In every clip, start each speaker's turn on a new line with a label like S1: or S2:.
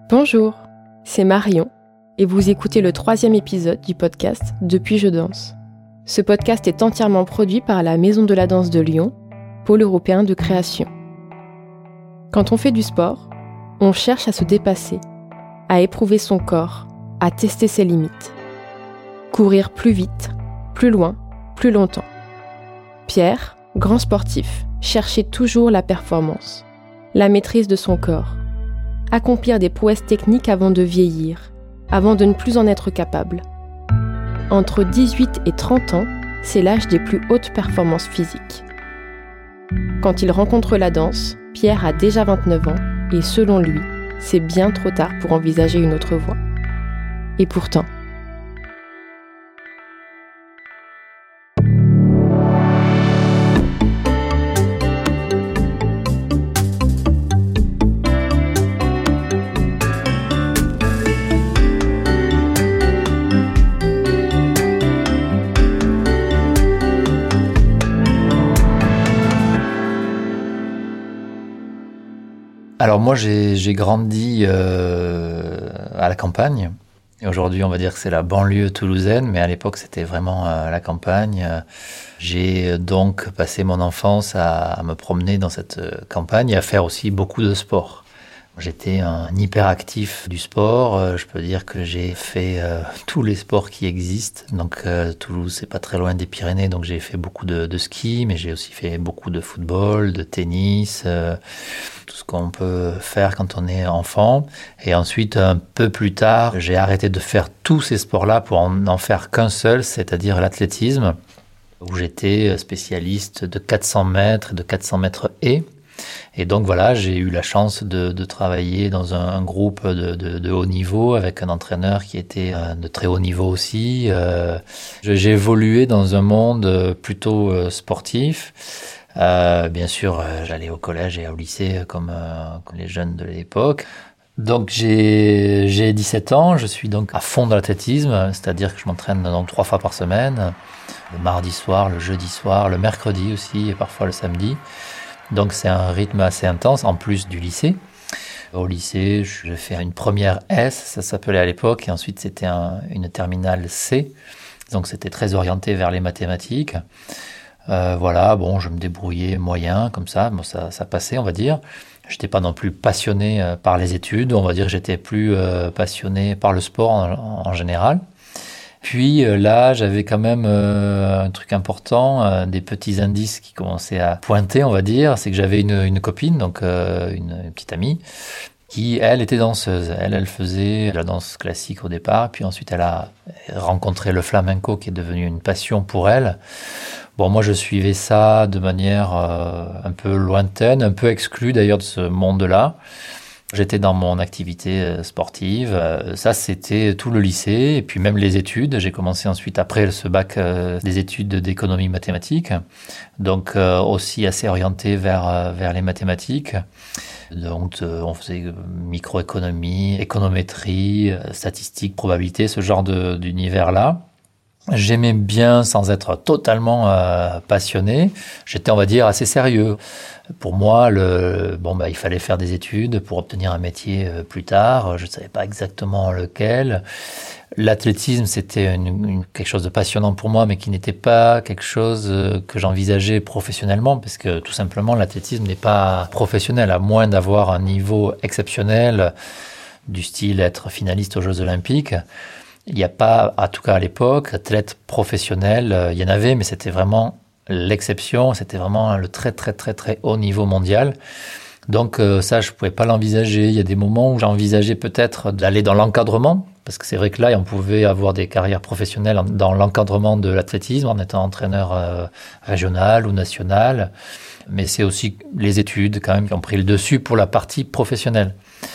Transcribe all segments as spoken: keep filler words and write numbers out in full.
S1: Bonjour, c'est Marion et vous écoutez le troisième épisode du podcast Depuis je danse. Ce podcast est entièrement produit par la Maison de la Danse de Lyon, pôle européen de création. Quand on fait du sport, on cherche à se dépasser, à éprouver son corps, à tester ses limites. Courir plus vite, plus loin, plus longtemps. Pierre, grand sportif, cherchait toujours la performance, la maîtrise de son corps. Accomplir des prouesses techniques avant de vieillir, avant de ne plus en être capable. Entre dix-huit et trente ans, c'est l'âge des plus hautes performances physiques. Quand il rencontre la danse, Pierre a déjà vingt-neuf ans et selon lui, c'est bien trop tard pour envisager une autre voie. Et pourtant,
S2: Alors moi j'ai, j'ai grandi euh, à la campagne. Et aujourd'hui on va dire que c'est la banlieue toulousaine, mais à l'époque c'était vraiment euh, la campagne. J'ai donc passé mon enfance à, à me promener dans cette campagne et à faire aussi beaucoup de sport. J'étais un hyperactif du sport. Je peux dire que j'ai fait euh, tous les sports qui existent. Donc euh, Toulouse, c'est pas très loin des Pyrénées, donc j'ai fait beaucoup de, de ski, mais j'ai aussi fait beaucoup de football, de tennis, euh, tout ce qu'on peut faire quand on est enfant. Et ensuite, un peu plus tard, j'ai arrêté de faire tous ces sports-là pour en, en faire qu'un seul, c'est-à-dire l'athlétisme, où j'étais spécialiste de quatre cents mètres et de quatre cents mètres haies. Et donc voilà, j'ai eu la chance de, de travailler dans un, un groupe de, de, de haut niveau avec un entraîneur qui était euh, de très haut niveau aussi. Euh, j'ai évolué dans un monde plutôt euh, sportif. Euh, bien sûr, euh, j'allais au collège et au lycée comme, euh, comme les jeunes de l'époque. Donc j'ai, j'ai dix-sept ans, je suis donc à fond dans l'athlétisme, c'est-à-dire que je m'entraîne donc trois fois par semaine, le mardi soir, le jeudi soir, le mercredi aussi et parfois le samedi. Donc c'est un rythme assez intense, en plus du lycée. Au lycée, je fais une première S, ça s'appelait à l'époque, et ensuite c'était un, une terminale C. Donc c'était très orienté vers les mathématiques. Euh, voilà, bon, je me débrouillais moyen, comme ça, bon, ça, ça passait, on va dire. J'étais pas non plus passionné euh, par les études, on va dire que j'étais plus euh, passionné par le sport en, en général. Puis euh, là, j'avais quand même euh, un truc important, euh, des petits indices qui commençaient à pointer, on va dire. C'est que j'avais une, une copine, donc euh, une, une petite amie, qui, elle, était danseuse. Elle, elle faisait la danse classique au départ, puis ensuite elle a rencontré le flamenco qui est devenu une passion pour elle. Bon, moi, je suivais ça de manière euh, un peu lointaine, un peu exclue d'ailleurs de ce monde-là. J'étais dans mon activité sportive. Ça, c'était tout le lycée et puis même les études. J'ai commencé ensuite, après ce bac, euh, des études d'économie mathématique. Donc, euh, aussi assez orienté vers, euh, vers les mathématiques. Donc, euh, on faisait microéconomie, économétrie, euh, statistique, probabilité, ce genre de, d'univers-là. J'aimais bien sans être totalement euh, passionné. J'étais, on va dire, assez sérieux. Pour moi, le, bon, bah, il fallait faire des études pour obtenir un métier euh, plus tard. Je ne savais pas exactement lequel. L'athlétisme, c'était une, une, quelque chose de passionnant pour moi, mais qui n'était pas quelque chose euh, que j'envisageais professionnellement, parce que tout simplement, l'athlétisme n'est pas professionnel, à moins d'avoir un niveau exceptionnel du style être finaliste aux Jeux Olympiques. Il n'y a pas, en tout cas à l'époque, athlète professionnel. Euh, il y en avait, mais c'était vraiment l'exception. C'était vraiment le très, très, très, très haut niveau mondial. Donc euh, ça, je ne pouvais pas l'envisager. Il y a des moments où j'envisageais peut-être d'aller dans l'encadrement, parce que c'est vrai que là, on pouvait avoir des carrières professionnelles dans l'encadrement de l'athlétisme, en étant entraîneur euh, régional ou national. Mais c'est aussi les études, quand même, qui ont pris le dessus pour la partie professionnelle.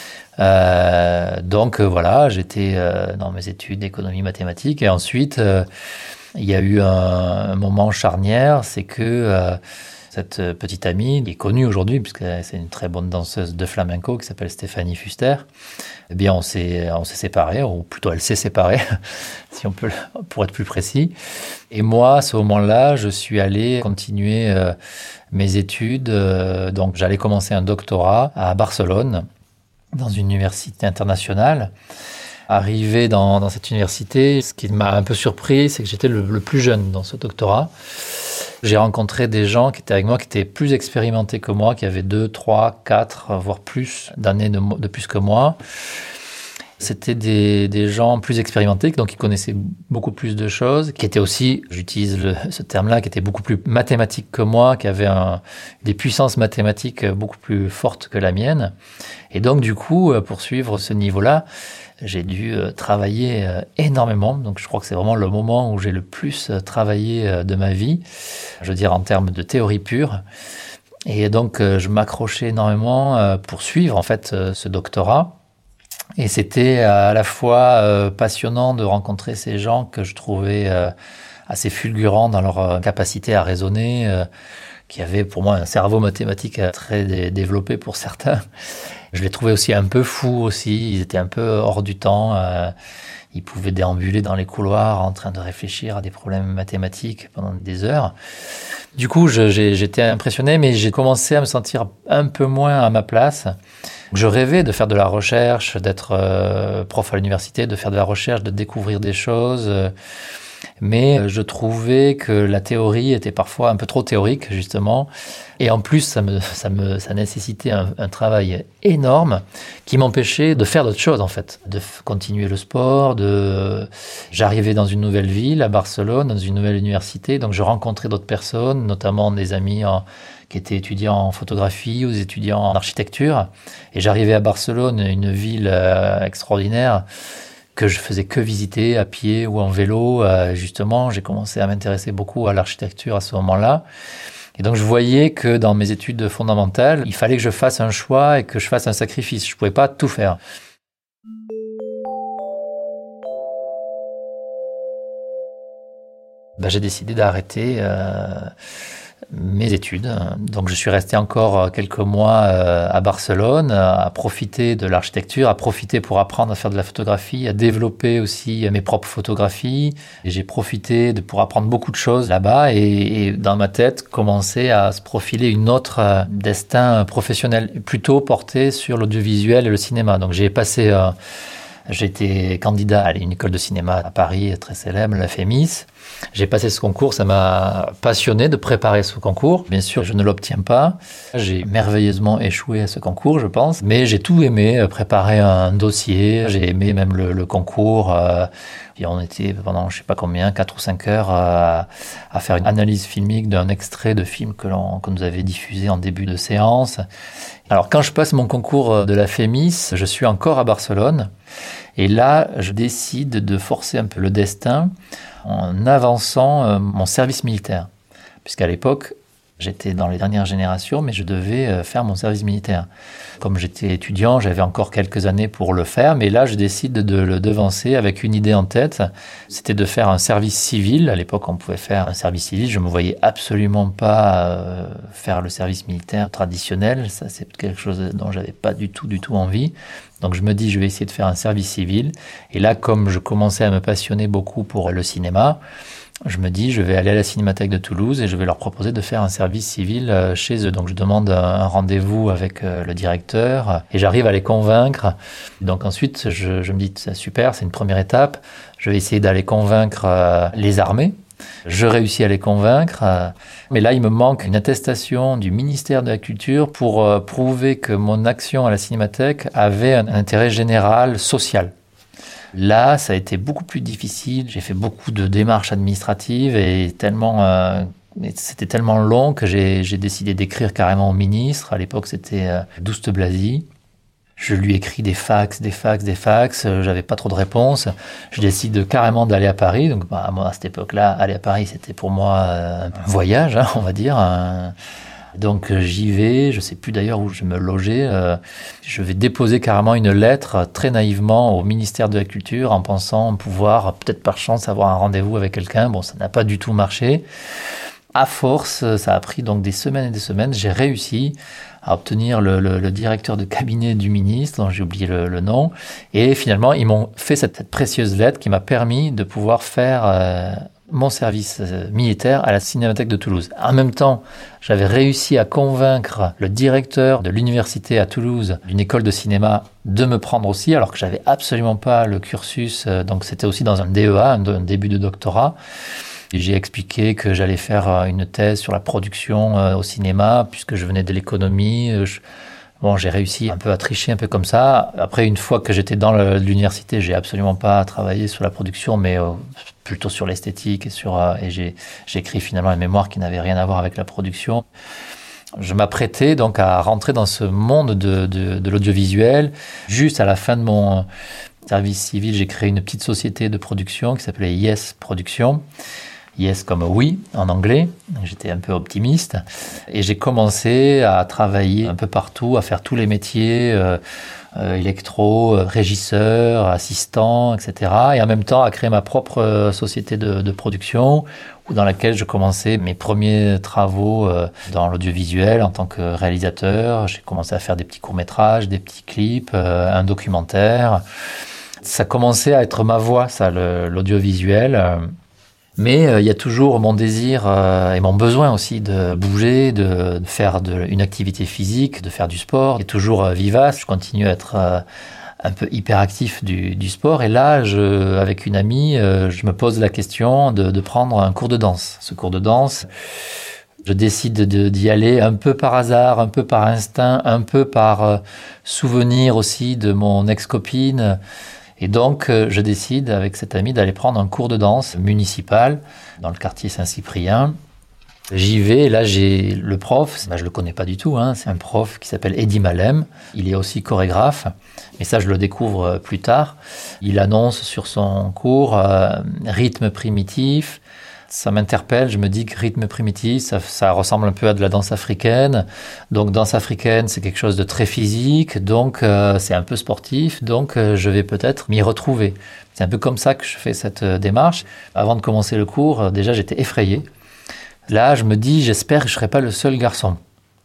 S2: Euh, donc euh, voilà, j'étais euh, dans mes études d'économie mathématique et ensuite euh, il y a eu un, un moment charnière, c'est que euh, cette petite amie, qui est connue aujourd'hui puisque c'est une très bonne danseuse de flamenco qui s'appelle Stéphanie Fuster, eh bien on s'est on s'est séparés, ou plutôt elle s'est séparée si on peut, pour être plus précis. Et moi à ce moment-là, je suis allé continuer euh, mes études, euh, donc j'allais commencer un doctorat à Barcelone. dans une université internationale. Arrivé dans, dans cette université, ce qui m'a un peu surpris, c'est que j'étais le, le plus jeune dans ce doctorat. J'ai rencontré des gens qui étaient avec moi, qui étaient plus expérimentés que moi, qui avaient deux, trois, quatre, voire plus d'années de, de plus que moi. C'était des, des gens plus expérimentés, donc qui connaissaient beaucoup plus de choses, qui étaient aussi, j'utilise le, ce terme-là, qui étaient beaucoup plus mathématiques que moi, qui avaient un, des puissances mathématiques beaucoup plus fortes que la mienne. Et donc, du coup, pour suivre ce niveau-là, j'ai dû travailler énormément. Donc, je crois que c'est vraiment le moment où j'ai le plus travaillé de ma vie, je veux dire en termes de théorie pure. Et donc, je m'accrochais énormément pour suivre, en fait, ce doctorat. Et c'était à la fois euh, passionnant de rencontrer ces gens que je trouvais euh, assez fulgurants dans leur euh, capacité à raisonner, euh, qui avaient pour moi un cerveau mathématique très dé- développé pour certains. Je les trouvais aussi un peu fous aussi, ils étaient un peu hors du temps. Euh, ils pouvaient déambuler dans les couloirs en train de réfléchir à des problèmes mathématiques pendant des heures. Du coup, je, j'ai, j'étais impressionné, mais j'ai commencé à me sentir un peu moins à ma place. Je rêvais de faire de la recherche, d'être euh, prof à l'université, de faire de la recherche, de découvrir des choses. Euh, mais je trouvais que la théorie était parfois un peu trop théorique, justement. Et en plus, ça me, ça me, ça nécessitait un, un travail énorme qui m'empêchait de faire d'autres choses, en fait. De f- continuer le sport, de... J'arrivais dans une nouvelle ville, à Barcelone, dans une nouvelle université. Donc, je rencontrais d'autres personnes, notamment des amis en... qui étaient étudiants en photographie ou des étudiants en architecture. Et j'arrivais à Barcelone, une ville euh, extraordinaire, que je faisais que visiter à pied ou en vélo. Euh, justement, j'ai commencé à m'intéresser beaucoup à l'architecture à ce moment-là. Et donc, je voyais que dans mes études fondamentales, il fallait que je fasse un choix et que je fasse un sacrifice. Je pouvais pas tout faire. Ben, j'ai décidé d'arrêter euh, mes études. Donc, je suis resté encore quelques mois euh, à Barcelone, à profiter de l'architecture, à profiter pour apprendre à faire de la photographie, à développer aussi mes propres photographies. Et j'ai profité de, pour apprendre beaucoup de choses là-bas et, et dans ma tête, commencer à se profiler une autre euh, destin professionnel, plutôt porté sur l'audiovisuel et le cinéma. Donc, j'ai passé... Euh, J'ai été candidat à une école de cinéma à Paris, très célèbre, la FEMIS. J'ai passé ce concours, ça m'a passionné de préparer ce concours. Bien sûr, je ne l'obtiens pas. J'ai merveilleusement échoué à ce concours, je pense. Mais j'ai tout aimé, préparer un dossier. J'ai aimé même le, le concours. Euh, et on était pendant, je sais pas combien, quatre ou cinq heures à, à faire une analyse filmique d'un extrait de film que l'on, que nous avait diffusé en début de séance. Alors, quand je passe mon concours de la FEMIS, je suis encore à Barcelone. Et là, je décide de forcer un peu le destin en avançant euh, mon service militaire. Puisqu'à l'époque, j'étais dans les dernières générations, mais je devais euh, faire mon service militaire. Comme j'étais étudiant, j'avais encore quelques années pour le faire, mais là, je décide de le devancer avec une idée en tête. C'était de faire un service civil. À l'époque, on pouvait faire un service civil. Je me voyais absolument pas euh, faire le service militaire traditionnel. Ça, c'est quelque chose dont j'avais pas du tout, du tout envie. Donc, je me dis, je vais essayer de faire un service civil. Et là, comme je commençais à me passionner beaucoup pour le cinéma, je me dis, je vais aller à la Cinémathèque de Toulouse et je vais leur proposer de faire un service civil chez eux. Donc, je demande un rendez-vous avec le directeur et j'arrive à les convaincre. Donc, ensuite, je, je me dis, c'est super, c'est une première étape. Je vais essayer d'aller convaincre les armées. Je réussis à les convaincre. Mais là, il me manque une attestation du ministère de la Culture pour prouver que mon action à la Cinémathèque avait un intérêt général social. Là, ça a été beaucoup plus difficile. J'ai fait beaucoup de démarches administratives et tellement, euh, c'était tellement long que j'ai, j'ai décidé d'écrire carrément au ministre. À l'époque, c'était euh, Douste Blazy. Je lui écris des fax, des fax, des fax. Euh, j'avais pas trop de réponses. Je décide carrément d'aller à Paris. Donc, bah, moi, à cette époque-là, aller à Paris, c'était pour moi euh, un voyage, hein, on va dire. Un... Donc j'y vais, je sais plus d'ailleurs où je me logeais. Euh, je vais déposer carrément une lettre très naïvement au ministère de la Culture en pensant pouvoir, peut-être par chance, avoir un rendez-vous avec quelqu'un. Bon, ça n'a pas du tout marché. À force, ça a pris donc des semaines et des semaines. J'ai réussi à obtenir le, le, le directeur de cabinet du ministre, dont j'ai oublié le, le nom. Et finalement, ils m'ont fait cette, cette précieuse lettre qui m'a permis de pouvoir faire... Euh, mon service militaire à la Cinémathèque de Toulouse. En même temps, j'avais réussi à convaincre le directeur de l'université à Toulouse, d'une école de cinéma, de me prendre aussi, alors que j'avais absolument pas le cursus. Donc c'était aussi dans un D E A, un début de doctorat. Et j'ai expliqué que j'allais faire une thèse sur la production au cinéma, puisque je venais de l'économie. Je... Bon, j'ai réussi un peu à tricher, un peu comme ça. Après, une fois que j'étais dans le, l'université, j'ai absolument pas travaillé sur la production, mais euh, plutôt sur l'esthétique et sur euh, et j'ai j'ai écrit finalement un mémoire qui n'avait rien à voir avec la production. Je m'apprêtais donc à rentrer dans ce monde de de, de l'audiovisuel. Juste à la fin de mon service civil, j'ai créé une petite société de production qui s'appelait Yes Production. Yes comme oui en anglais, j'étais un peu optimiste et j'ai commencé à travailler un peu partout, à faire tous les métiers, euh, euh, électro, régisseur, assistant, et cetera. Et en même temps à créer ma propre société de, de production dans laquelle je commençais mes premiers travaux euh, dans l'audiovisuel en tant que réalisateur. J'ai commencé à faire des petits courts-métrages, des petits clips, euh, un documentaire. Ça commençait à être ma voie, ça, le, l'audiovisuel. Mais euh, il y a toujours mon désir euh, et mon besoin aussi de bouger, de, de faire de, une activité physique, de faire du sport. Il est toujours euh, vivace. Je continue à être euh, un peu hyperactif du, du sport. Et là, je, avec une amie, euh, je me pose la question de, de prendre un cours de danse. Ce cours de danse, je décide de, d'y aller un peu par hasard, un peu par instinct, un peu par euh, souvenir aussi de mon ex-copine. Et donc, euh, je décide avec cette amie d'aller prendre un cours de danse municipal dans le quartier Saint-Cyprien. J'y vais, et là j'ai le prof, ben, je le connais pas du tout, hein, c'est un prof qui s'appelle Eddy Malem, il est aussi chorégraphe, mais ça je le découvre plus tard. Il annonce sur son cours euh, rythme primitif. Ça m'interpelle, je me dis que rythme primitif, ça, ça ressemble un peu à de la danse africaine. Donc danse africaine, c'est quelque chose de très physique, donc euh, c'est un peu sportif, donc euh, je vais peut-être m'y retrouver. C'est un peu comme ça que je fais cette euh, démarche. Avant de commencer le cours, euh, déjà j'étais effrayé. Là, je me dis, j'espère que je ne serai pas le seul garçon.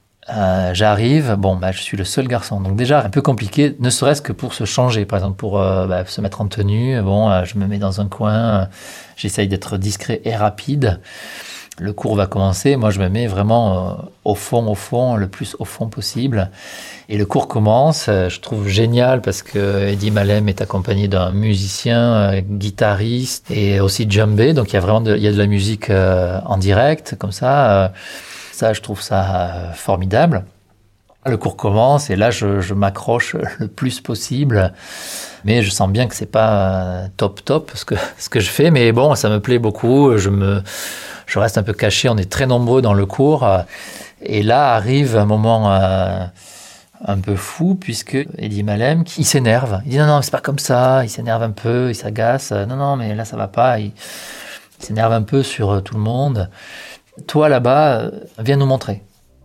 S2: Euh, j'arrive, bon, bah, je suis le seul garçon. Donc déjà, un peu compliqué, ne serait-ce que pour se changer, par exemple, pour euh, bah, se mettre en tenue. Bon, euh, je me mets dans un coin, euh, j'essaye d'être discret et rapide. Le cours va commencer, moi je me mets vraiment euh, au fond, au fond, le plus au fond possible. Et le cours commence, euh, je trouve génial parce que Eddy Malem est accompagné d'un musicien, euh, guitariste et aussi djembé. Donc il y a vraiment de, il y a de la musique euh, en direct, comme ça. Euh, Ça, je trouve ça formidable. Le cours commence et là, je, je m'accroche le plus possible. Mais je sens bien que c'est pas top top ce que, ce que je fais. Mais bon, ça me plaît beaucoup. Je, me, je reste un peu caché. On est très nombreux dans le cours. Et là arrive un moment euh, un peu fou puisque Eddy Malem, il s'énerve. Il dit non, non, c'est pas comme ça. Il s'énerve un peu, il s'agace. Non, non, mais là, ça va pas. Il, il s'énerve un peu sur tout le monde. Toi, là-bas, viens nous montrer.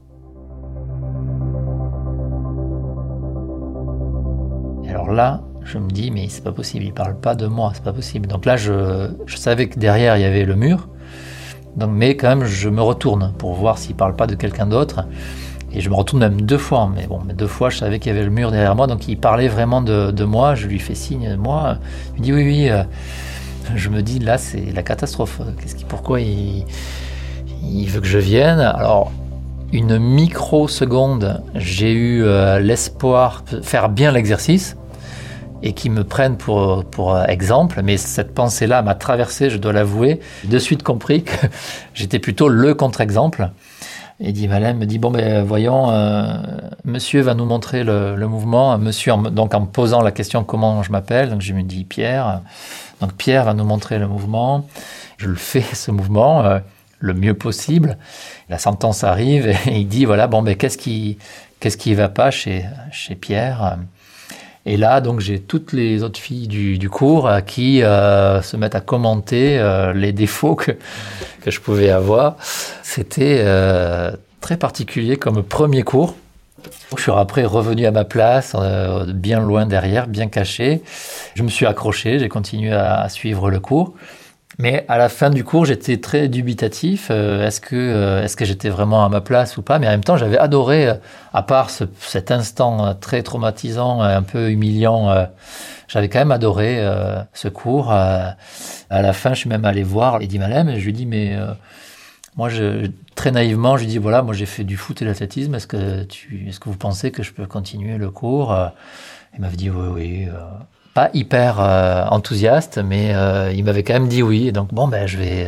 S2: Et alors là, je me dis, mais c'est pas possible, il parle pas de moi, c'est pas possible. Donc là, je, je savais que derrière, il y avait le mur. Donc, mais quand même, je me retourne pour voir s'il parle pas de quelqu'un d'autre. Et je me retourne même deux fois. Mais bon, mais deux fois, je savais qu'il y avait le mur derrière moi. Donc, il parlait vraiment de, de moi. Je lui fais signe de moi. Il me dit, oui, oui. Euh, je me dis, là, c'est la catastrophe. Qu'est-ce qui, pourquoi il... Il veut que je vienne. Alors, une microseconde, j'ai eu euh, l'espoir de faire bien l'exercice et qu'ils me prennent pour, pour exemple. Mais cette pensée-là m'a traversé, je dois l'avouer. J'ai de suite compris que j'étais plutôt le contre-exemple. Eddy Malem me dit, bon, ben voyons, euh, monsieur va nous montrer le, le mouvement. Monsieur, en, donc en me posant la question comment je m'appelle, donc je me dis Pierre. Donc Pierre va nous montrer le mouvement. Je le fais, ce mouvement. Euh, le mieux possible. La sentence arrive et il dit, voilà, bon, ben, qu'est-ce qui, qu'est-ce qui va pas chez, chez Pierre? Et là, donc, j'ai toutes les autres filles du, du cours qui euh, se mettent à commenter euh, les défauts que, que je pouvais avoir. C'était euh, très particulier comme premier cours. Je suis après revenu à ma place, euh, bien loin derrière, bien caché. Je me suis accroché, j'ai continué à, à suivre le cours. Mais à la fin du cours, j'étais très dubitatif. Euh, est-ce que, euh, est-ce que j'étais vraiment à ma place ou pas? Mais en même temps, j'avais adoré, euh, à part ce, cet instant euh, très traumatisant, un peu humiliant, euh, j'avais quand même adoré euh, ce cours. Euh, à la fin, je suis même allé voir Eddy Malem et je lui dis, mais euh, moi, je, très naïvement, je lui dis, voilà, moi j'ai fait du foot et de l'athlétisme. Est-ce que, tu, est-ce que vous pensez que je peux continuer le cours? Il m'avait dit, oui, oui. Euh, pas hyper euh, enthousiaste, mais euh, il m'avait quand même dit oui. Et donc, bon, ben, je vais,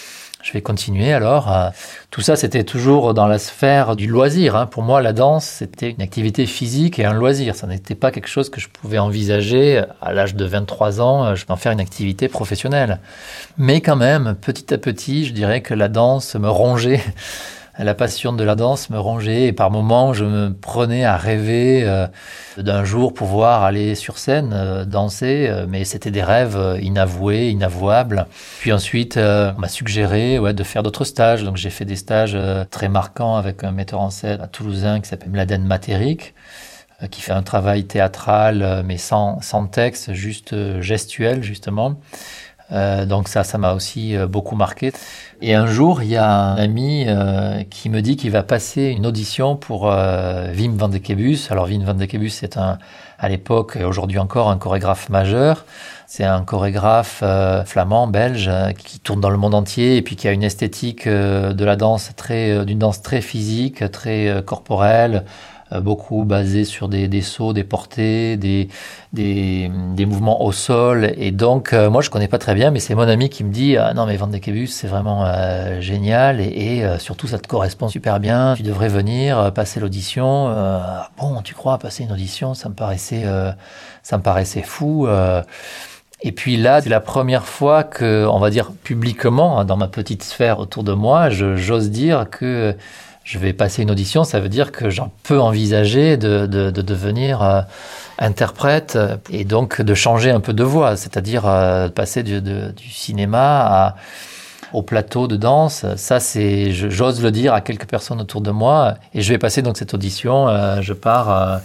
S2: je vais continuer alors. Euh, tout ça, c'était toujours dans la sphère du loisir. Hein. Pour moi, la danse, c'était une activité physique et un loisir. Ça n'était pas quelque chose que je pouvais envisager à l'âge de vingt-trois ans, je vais en faire une activité professionnelle. Mais quand même, petit à petit, je dirais que la danse me rongeait. La passion de la danse me rongeait et par moments, je me prenais à rêver euh, d'un jour pouvoir aller sur scène, euh, danser, euh, mais c'était des rêves inavoués, inavouables. Puis ensuite, euh, on m'a suggéré ouais, de faire d'autres stages. Donc j'ai fait des stages euh, très marquants avec un metteur en scène à toulousain qui s'appelle Mladen Materik, euh, qui fait un travail théâtral, euh, mais sans, sans texte, juste euh, gestuel, justement. Euh, donc ça, ça m'a aussi euh, beaucoup marqué. Et un jour, il y a un ami euh, qui me dit qu'il va passer une audition pour euh, Wim van de Kebus. Alors Wim van de Kebus, c'est un, à l'époque et aujourd'hui encore un chorégraphe majeur. C'est un chorégraphe euh, flamand, belge, euh, qui tourne dans le monde entier et puis qui a une esthétique euh, de la danse très, euh, d'une danse très physique, très euh, corporelle. Beaucoup basé sur des, des sauts, des portées, des, des, des mouvements au sol. Et donc, euh, moi, je connais pas très bien, mais c'est mon ami qui me dit ah, « Non, mais Van de Kebus, c'est vraiment euh, génial et, et euh, surtout, ça te correspond super bien. Tu devrais venir euh, passer l'audition. Euh, » Bon, tu crois, passer une audition, ça me paraissait, euh, ça me paraissait fou. Euh, Et puis là, c'est la première fois que, on va dire publiquement, dans ma petite sphère autour de moi, je, j'ose dire que je vais passer une audition. Ça veut dire que j'en peux envisager de, de, de devenir euh, interprète et donc de changer un peu de voix, c'est-à-dire euh, passer du, de, du cinéma à, au plateau de danse. Ça, c'est, je, j'ose le dire à quelques personnes autour de moi. Et je vais passer donc cette audition. Euh, je pars euh,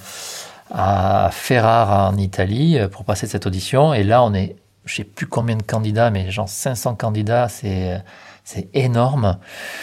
S2: à Ferrare en Italie pour passer cette audition. Et là, on est, je sais plus combien de candidats, mais genre cinq cents candidats, c'est, c'est énorme.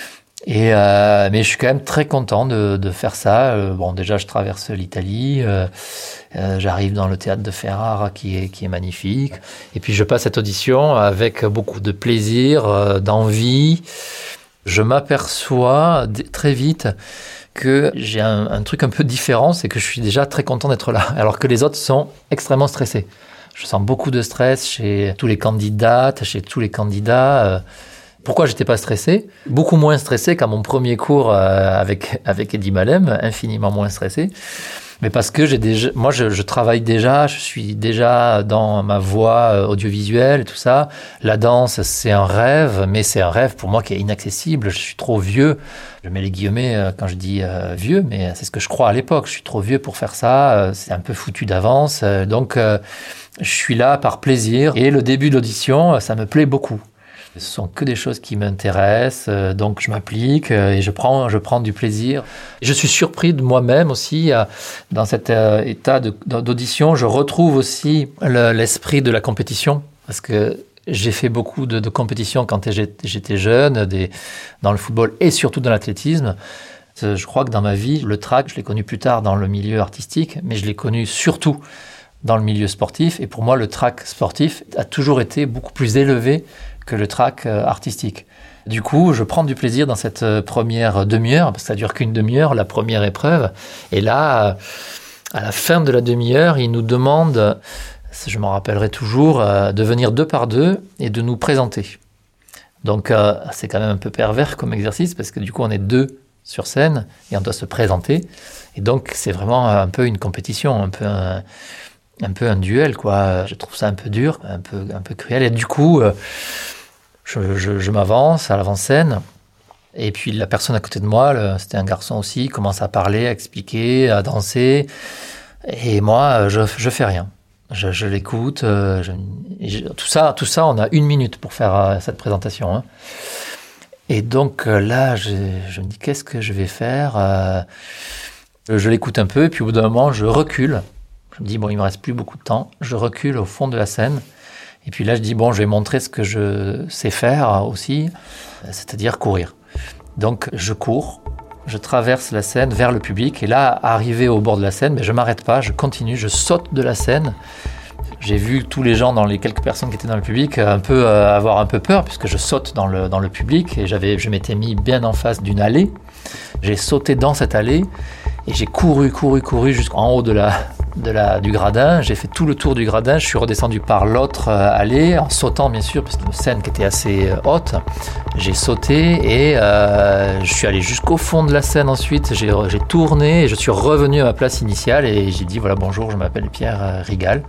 S2: Et euh, mais je suis quand même très content de, de faire ça. Euh, bon, déjà, je traverse l'Italie, euh, euh, j'arrive dans le théâtre de Ferrare qui est qui est magnifique, et puis je passe cette audition avec beaucoup de plaisir, euh, d'envie. Je m'aperçois d- très vite que j'ai un, un truc un peu différent, c'est que je suis déjà très content d'être là, alors que les autres sont extrêmement stressés. Je sens beaucoup de stress chez tous les candidates, chez tous les candidats. Euh, Pourquoi j'étais pas stressé? Beaucoup moins stressé qu'à mon premier cours euh, avec avec Eddy Malem, infiniment moins stressé. Mais parce que j'ai déjà, moi je, je travaille déjà, je suis déjà dans ma voix audiovisuelle et tout ça. La danse, c'est un rêve, mais c'est un rêve pour moi qui est inaccessible. Je suis trop vieux. Je mets les guillemets quand je dis euh, vieux, mais c'est ce que je crois à l'époque. Je suis trop vieux pour faire ça. C'est un peu foutu d'avance. Donc euh, je suis là par plaisir. Et le début de l'audition, ça me plaît beaucoup. Ce sont que des choses qui m'intéressent, euh, donc je m'applique euh, et je prends, je prends du plaisir. Je suis surpris de moi-même aussi, euh, dans cet euh, état de, d'audition, je retrouve aussi le, l'esprit de la compétition, parce que j'ai fait beaucoup de, de compétitions quand j'étais jeune, des, dans le football et surtout dans l'athlétisme. Je crois que dans ma vie, le track, je l'ai connu plus tard dans le milieu artistique, mais je l'ai connu surtout dans le milieu sportif. Et pour moi, le track sportif a toujours été beaucoup plus élevé que le track artistique. Du coup, je prends du plaisir dans cette première demi-heure, parce que ça dure qu'une demi-heure, la première épreuve. Et là, à la fin de la demi-heure, ils nous demandent, je m'en rappellerai toujours, de venir deux par deux et de nous présenter. Donc, c'est quand même un peu pervers comme exercice, parce que du coup, on est deux sur scène et on doit se présenter. Et donc, c'est vraiment un peu une compétition, un peu un, un, peu un duel, quoi. Je trouve ça un peu dur, un peu, un peu cruel. Et du coup, Je, je, je m'avance à l'avant-scène et puis la personne à côté de moi, le, c'était un garçon aussi, commence à parler, à expliquer, à danser et moi, je, je fais rien. Je, je l'écoute. Je, je, tout ça, tout ça, on a une minute pour faire euh, cette présentation. Hein. Et donc là, je, je me dis qu'est-ce que je vais faire euh, Je l'écoute un peu et puis au bout d'un moment, je recule. Je me dis bon, il me reste plus beaucoup de temps. Je recule au fond de la scène. Et puis là, je dis, bon, je vais montrer ce que je sais faire aussi, c'est-à-dire courir. Donc, je cours, je traverse la scène vers le public. Et là, arrivé au bord de la scène, mais je ne m'arrête pas, je continue, je saute de la scène. J'ai vu tous les gens, dans les quelques personnes qui étaient dans le public, un peu euh, avoir un peu peur, puisque je saute dans le, dans le public. Et j'avais, je m'étais mis bien en face d'une allée. J'ai sauté dans cette allée et j'ai couru, couru, couru jusqu'en haut de la, de la, du gradin. J'ai fait tout le tour du gradin. Je suis redescendu par l'autre euh, allée, en sautant bien sûr, parce que c'était une scène qui était assez euh, haute. J'ai sauté et euh, je suis allé jusqu'au fond de la scène ensuite. J'ai, j'ai tourné et je suis revenu à ma place initiale et j'ai dit voilà, bonjour, je m'appelle Pierre euh, Rigal.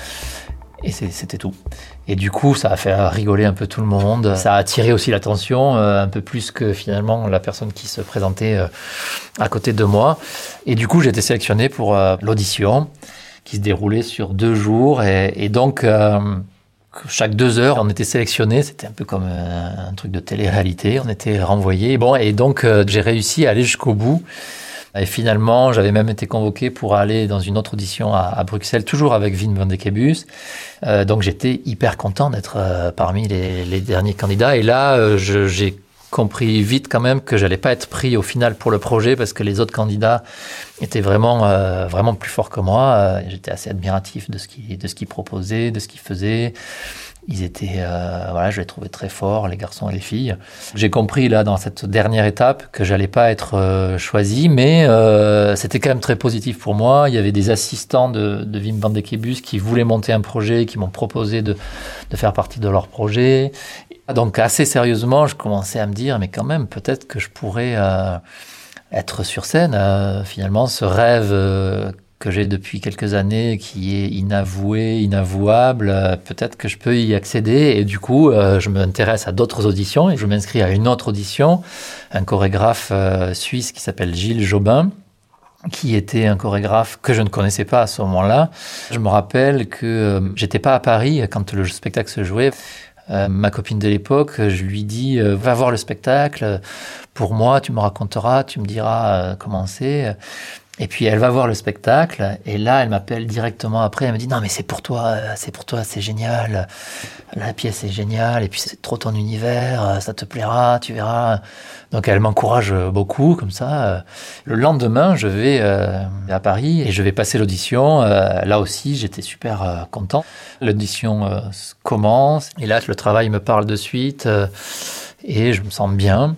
S2: Et c'est, c'était tout. Et du coup, ça a fait rigoler un peu tout le monde. Ça a attiré aussi l'attention, euh, un peu plus que finalement la personne qui se présentait euh, à côté de moi. Et du coup, j'ai été sélectionné pour euh, l'audition qui se déroulait sur deux jours. Et, et donc, euh, chaque deux heures, on était sélectionné. C'était un peu comme euh, un truc de télé-réalité. On était renvoyé. Bon, et donc, euh, j'ai réussi à aller jusqu'au bout. Et finalement, j'avais même été convoqué pour aller dans une autre audition à, à Bruxelles, toujours avec Wim van de Kebus. Euh, donc j'étais hyper content d'être euh, parmi les, les derniers candidats. Et là, euh, je, j'ai compris vite quand même que j'allais pas être pris au final pour le projet parce que les autres candidats étaient vraiment, euh, vraiment plus forts que moi. Euh, j'étais assez admiratif de ce qu'ils, de ce qu'ils proposaient, de ce qu'ils faisaient. Ils étaient, euh, voilà, je les trouvais très forts, les garçons et les filles. J'ai compris là dans cette dernière étape que j'allais pas être euh, choisi, mais euh, c'était quand même très positif pour moi. Il y avait des assistants de, de Wim van de Kebus qui voulaient monter un projet, qui m'ont proposé de, de faire partie de leur projet. Donc assez sérieusement, je commençais à me dire, mais quand même, peut-être que je pourrais euh, être sur scène. Euh, finalement, ce rêve euh, que j'ai depuis quelques années, qui est inavoué, inavouable, euh, peut-être que je peux y accéder. Et du coup, euh, je m'intéresse à d'autres auditions et je m'inscris à une autre audition, un chorégraphe euh, suisse qui s'appelle Gilles Jobin, qui était un chorégraphe que je ne connaissais pas à ce moment-là. Je me rappelle que euh, j'étais pas à Paris quand le spectacle se jouait. Euh, ma copine de l'époque, je lui dis euh, va voir le spectacle, pour moi, tu me raconteras, tu me diras euh, comment c'est. Et puis elle va voir le spectacle et là elle m'appelle directement après, elle me dit non mais c'est pour toi, c'est pour toi, c'est génial, la pièce est géniale et puis c'est trop ton univers, ça te plaira, tu verras. Donc elle m'encourage beaucoup comme ça. Le lendemain je vais euh, à Paris et je vais passer l'audition. Euh, là aussi j'étais super euh, content. L'audition euh, commence et là le travail me parle de suite euh, et je me sens bien.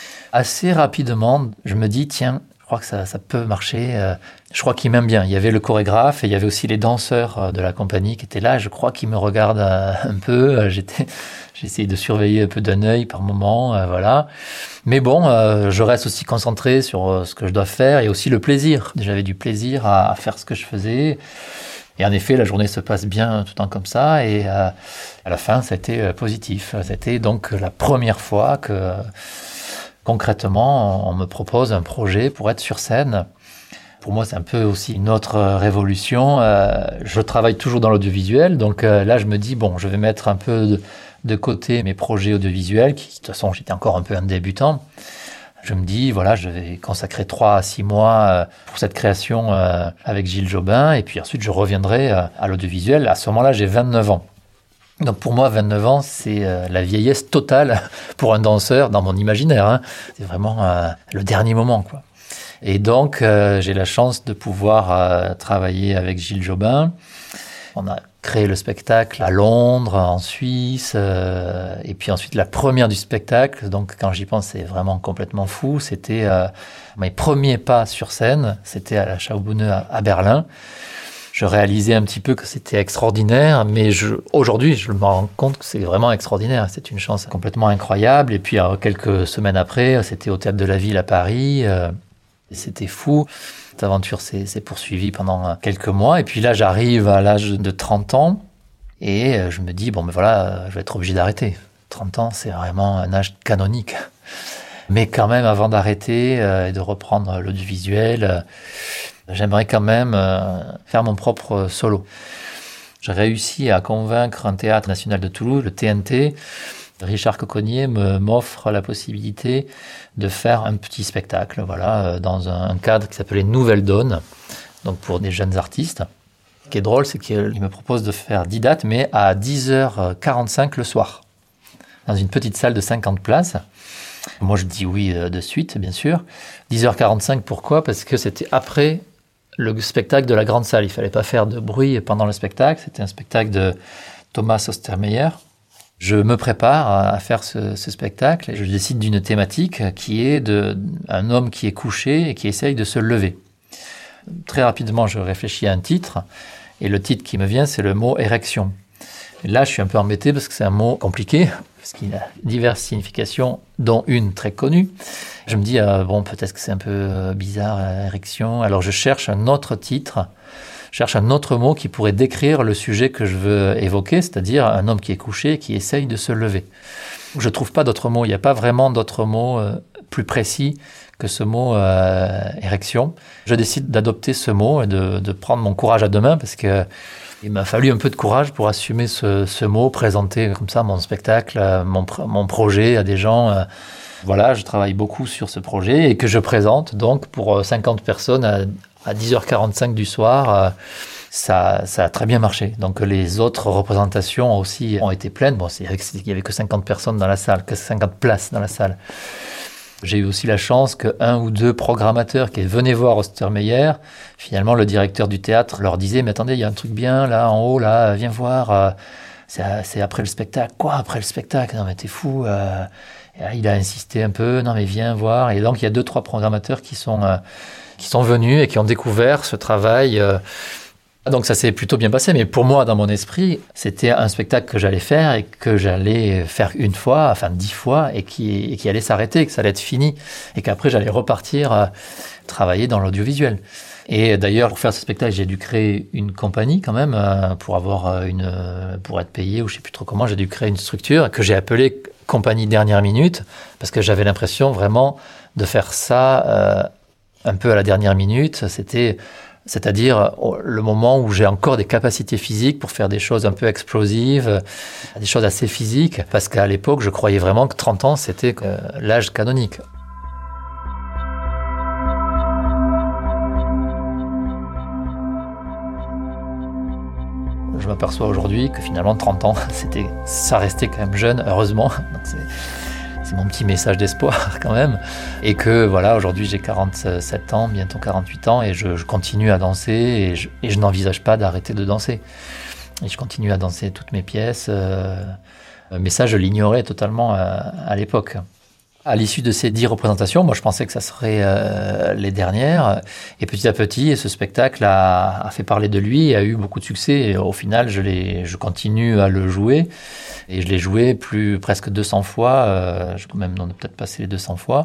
S2: Assez rapidement je me dis tiens, je crois que ça, ça peut marcher. Je crois qu'il m'aime bien. Il y avait le chorégraphe et il y avait aussi les danseurs de la compagnie qui étaient là. Je crois qu'ils me regardent un peu. J'étais, j'ai essayé de surveiller un peu d'un œil par moment, voilà. Mais bon, je reste aussi concentré sur ce que je dois faire et aussi le plaisir. J'avais du plaisir à faire ce que je faisais. Et en effet, la journée se passe bien tout le temps comme ça. Et à la fin, ça a été positif. C'était donc la première fois que... Concrètement, on me propose un projet pour être sur scène. Pour moi, c'est un peu aussi une autre révolution. Euh, je travaille toujours dans l'audiovisuel, donc euh, là, je me dis, bon, je vais mettre un peu de, de côté mes projets audiovisuels, qui, de toute façon, j'étais encore un peu un débutant. Je me dis, voilà, je vais consacrer trois à six mois euh, pour cette création euh, avec Gilles Jobin, et puis ensuite, je reviendrai euh, à l'audiovisuel. À ce moment-là, j'ai vingt-neuf ans. Donc pour moi, vingt-neuf ans, c'est euh, la vieillesse totale pour un danseur dans mon imaginaire. Hein. C'est vraiment euh, le dernier moment, quoi. Et donc, euh, j'ai la chance de pouvoir euh, travailler avec Gilles Jobin. On a créé le spectacle à Londres, en Suisse, euh, et puis ensuite la première du spectacle. Donc quand j'y pense, c'est vraiment complètement fou. C'était euh, mes premiers pas sur scène. C'était à la Schaubühne à, à Berlin. Je réalisais un petit peu que c'était extraordinaire, mais je, aujourd'hui, je me rends compte que c'est vraiment extraordinaire. C'est une chance complètement incroyable. Et puis, euh, quelques semaines après, c'était au Théâtre de la Ville à Paris. Euh, et c'était fou. Cette aventure s'est, s'est poursuivie pendant quelques mois. Et puis là, j'arrive à l'âge de trente ans et euh, je me dis, bon, mais voilà, je vais être obligé d'arrêter. trente ans, c'est vraiment un âge canonique. Mais quand même, avant d'arrêter euh, et de reprendre l'audiovisuel... Euh, J'aimerais quand même euh, faire mon propre solo. J'ai réussi à convaincre un théâtre national de Toulouse, le T N T. Richard Coconnier me, m'offre la possibilité de faire un petit spectacle, voilà, dans un, un cadre qui s'appelait Nouvelle Donne, donc pour des jeunes artistes. qui est drôle, c'est qu'il me propose de faire dix dates, mais à dix heures quarante-cinq le soir, dans une petite salle de cinquante places. Moi, je dis oui de suite, bien sûr. dix heures quarante-cinq, pourquoi ? Parce que c'était après le spectacle de la grande salle. Il ne fallait pas faire de bruit pendant le spectacle. C'était un spectacle de Thomas Ostermeyer. Je me prépare à faire ce, ce spectacle et je décide d'une thématique qui est de, un homme qui est couché et qui essaye de se lever. Très rapidement, je réfléchis à un titre et le titre qui me vient, c'est le mot « érection ». Là, je suis un peu embêté parce que c'est un mot compliqué, parce qu'il a diverses significations, dont une très connue. Je me dis, euh, bon, peut-être que c'est un peu euh, bizarre, euh, érection. Alors, je cherche un autre titre, je cherche un autre mot qui pourrait décrire le sujet que je veux évoquer, c'est-à-dire un homme qui est couché et qui essaye de se lever. Je ne trouve pas d'autres mots, il n'y a pas vraiment d'autres mots euh, plus précis que ce mot euh, érection. Je décide d'adopter ce mot et de, de prendre mon courage à deux mains parce que il m'a fallu un peu de courage pour assumer ce, ce mot, présenter comme ça mon spectacle, mon, mon projet à des gens. Voilà, je travaille beaucoup sur ce projet et que je présente donc pour cinquante personnes à, à dix heures quarante-cinq du soir. Ça, ça a très bien marché. Donc les autres représentations aussi ont été pleines. Bon, c'est vrai qu'il n'y avait que cinquante personnes dans la salle, que cinquante places dans la salle. J'ai eu aussi la chance qu'un ou deux programmateurs qui venaient voir Ostermeyer, finalement le directeur du théâtre leur disait « Mais attendez, il y a un truc bien là, en haut, là, viens voir, c'est, c'est après le spectacle. » « Quoi, après le spectacle ? Non mais t'es fou euh... !» Il a insisté un peu « Non mais viens voir !» Et donc il y a deux, trois programmateurs qui sont, euh, qui sont venus et qui ont découvert ce travail. Euh... Donc ça s'est plutôt bien passé, mais pour moi, dans mon esprit, c'était un spectacle que j'allais faire et que j'allais faire une fois, enfin dix fois, et qui, et qui allait s'arrêter, que ça allait être fini, et qu'après j'allais repartir euh, travailler dans l'audiovisuel. Et d'ailleurs, pour faire ce spectacle, j'ai dû créer une compagnie quand même, euh, pour avoir une, euh, pour être payé, ou je sais plus trop comment, j'ai dû créer une structure que j'ai appelée Compagnie Dernière Minute, parce que j'avais l'impression vraiment de faire ça euh, un peu à la dernière minute. C'était... C'est-à-dire le moment où j'ai encore des capacités physiques pour faire des choses un peu explosives, des choses assez physiques, parce qu'à l'époque, je croyais vraiment que trente ans, c'était l'âge canonique. Je m'aperçois aujourd'hui que finalement, trente ans, c'était, ça restait quand même jeune, heureusement. Donc c'est... C'est mon petit message d'espoir quand même. Et que voilà, aujourd'hui j'ai quarante-sept ans, bientôt quarante-huit ans, et je, je continue à danser et je, et je n'envisage pas d'arrêter de danser. Et je continue à danser toutes mes pièces. Euh, mais ça, je l'ignorais totalement à, à l'époque. À l'issue de ces dix représentations, moi je pensais que ça serait euh, les dernières. Et petit à petit, ce spectacle a, a fait parler de lui et a eu beaucoup de succès. Et au final, je, l'ai, je continue à le jouer. Et je l'ai joué plus, presque deux cents fois. Euh, je peux même non, peut-être passer les deux cents fois.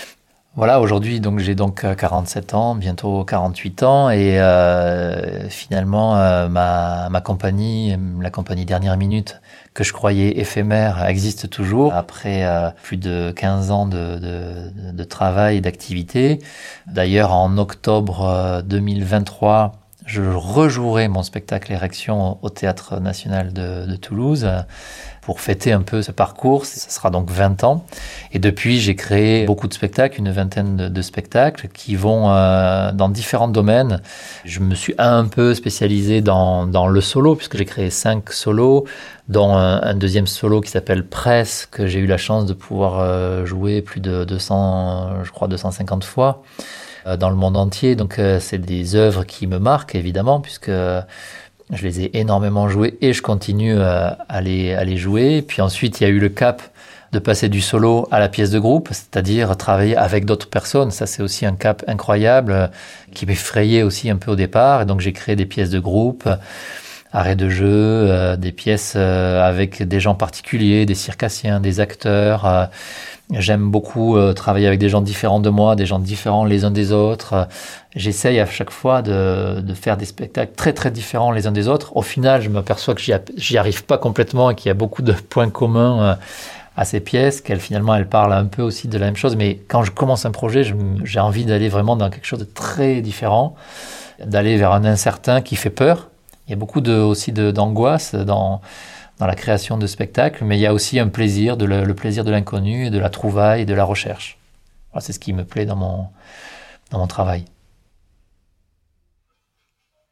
S2: Voilà, aujourd'hui, donc, j'ai donc quarante-sept ans, bientôt quarante-huit ans. Et euh, finalement, euh, ma, ma compagnie, la compagnie Dernière Minute, que je croyais éphémère, existe toujours. Après euh, plus de quinze ans de, de, de travail et d'activité. D'ailleurs, en octobre deux mille vingt-trois, je rejouerai mon spectacle Érection au Théâtre National de, de Toulouse pour fêter un peu ce parcours. Ça sera donc vingt ans. Et depuis, j'ai créé beaucoup de spectacles, une vingtaine de, de spectacles qui vont euh, dans différents domaines. Je me suis un peu spécialisé dans, dans le solo, puisque j'ai créé cinq solos, dont un, un deuxième solo qui s'appelle Presse, que j'ai eu la chance de pouvoir euh, jouer plus de deux cents, je crois deux cent cinquante fois dans le monde entier. Donc euh, c'est des œuvres qui me marquent évidemment, puisque euh, je les ai énormément jouées et je continue euh, à, les, à les jouer. Puis ensuite il y a eu le cap de passer du solo à la pièce de groupe, c'est-à-dire travailler avec d'autres personnes. Ça c'est aussi un cap incroyable euh, qui m'effrayait aussi un peu au départ. Et donc j'ai créé des pièces de groupe, arrêts de jeu, euh, des pièces euh, avec des gens particuliers, des circassiens, des acteurs. Euh, J'aime beaucoup euh, travailler avec des gens différents de moi, des gens différents les uns des autres. Euh, j'essaye à chaque fois de, de faire des spectacles très très différents les uns des autres. Au final, je m'aperçois que j'y, j'y arrive pas complètement et qu'il y a beaucoup de points communs euh, à ces pièces, qu'elles finalement elles parlent un peu aussi de la même chose. Mais quand je commence un projet, je, j'ai envie d'aller vraiment dans quelque chose de très différent, d'aller vers un incertain qui fait peur. Il y a beaucoup de, aussi de, d'angoisse dans... dans la création de spectacles, mais il y a aussi un plaisir, de le, le plaisir de l'inconnu, et de la trouvaille et de la recherche. Voilà, c'est ce qui me plaît dans mon, dans mon travail.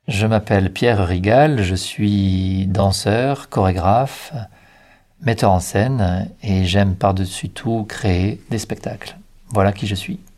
S2: Je m'appelle Pierre Rigal, je suis danseur, chorégraphe, metteur en scène et j'aime par-dessus tout créer des spectacles. Voilà qui je suis.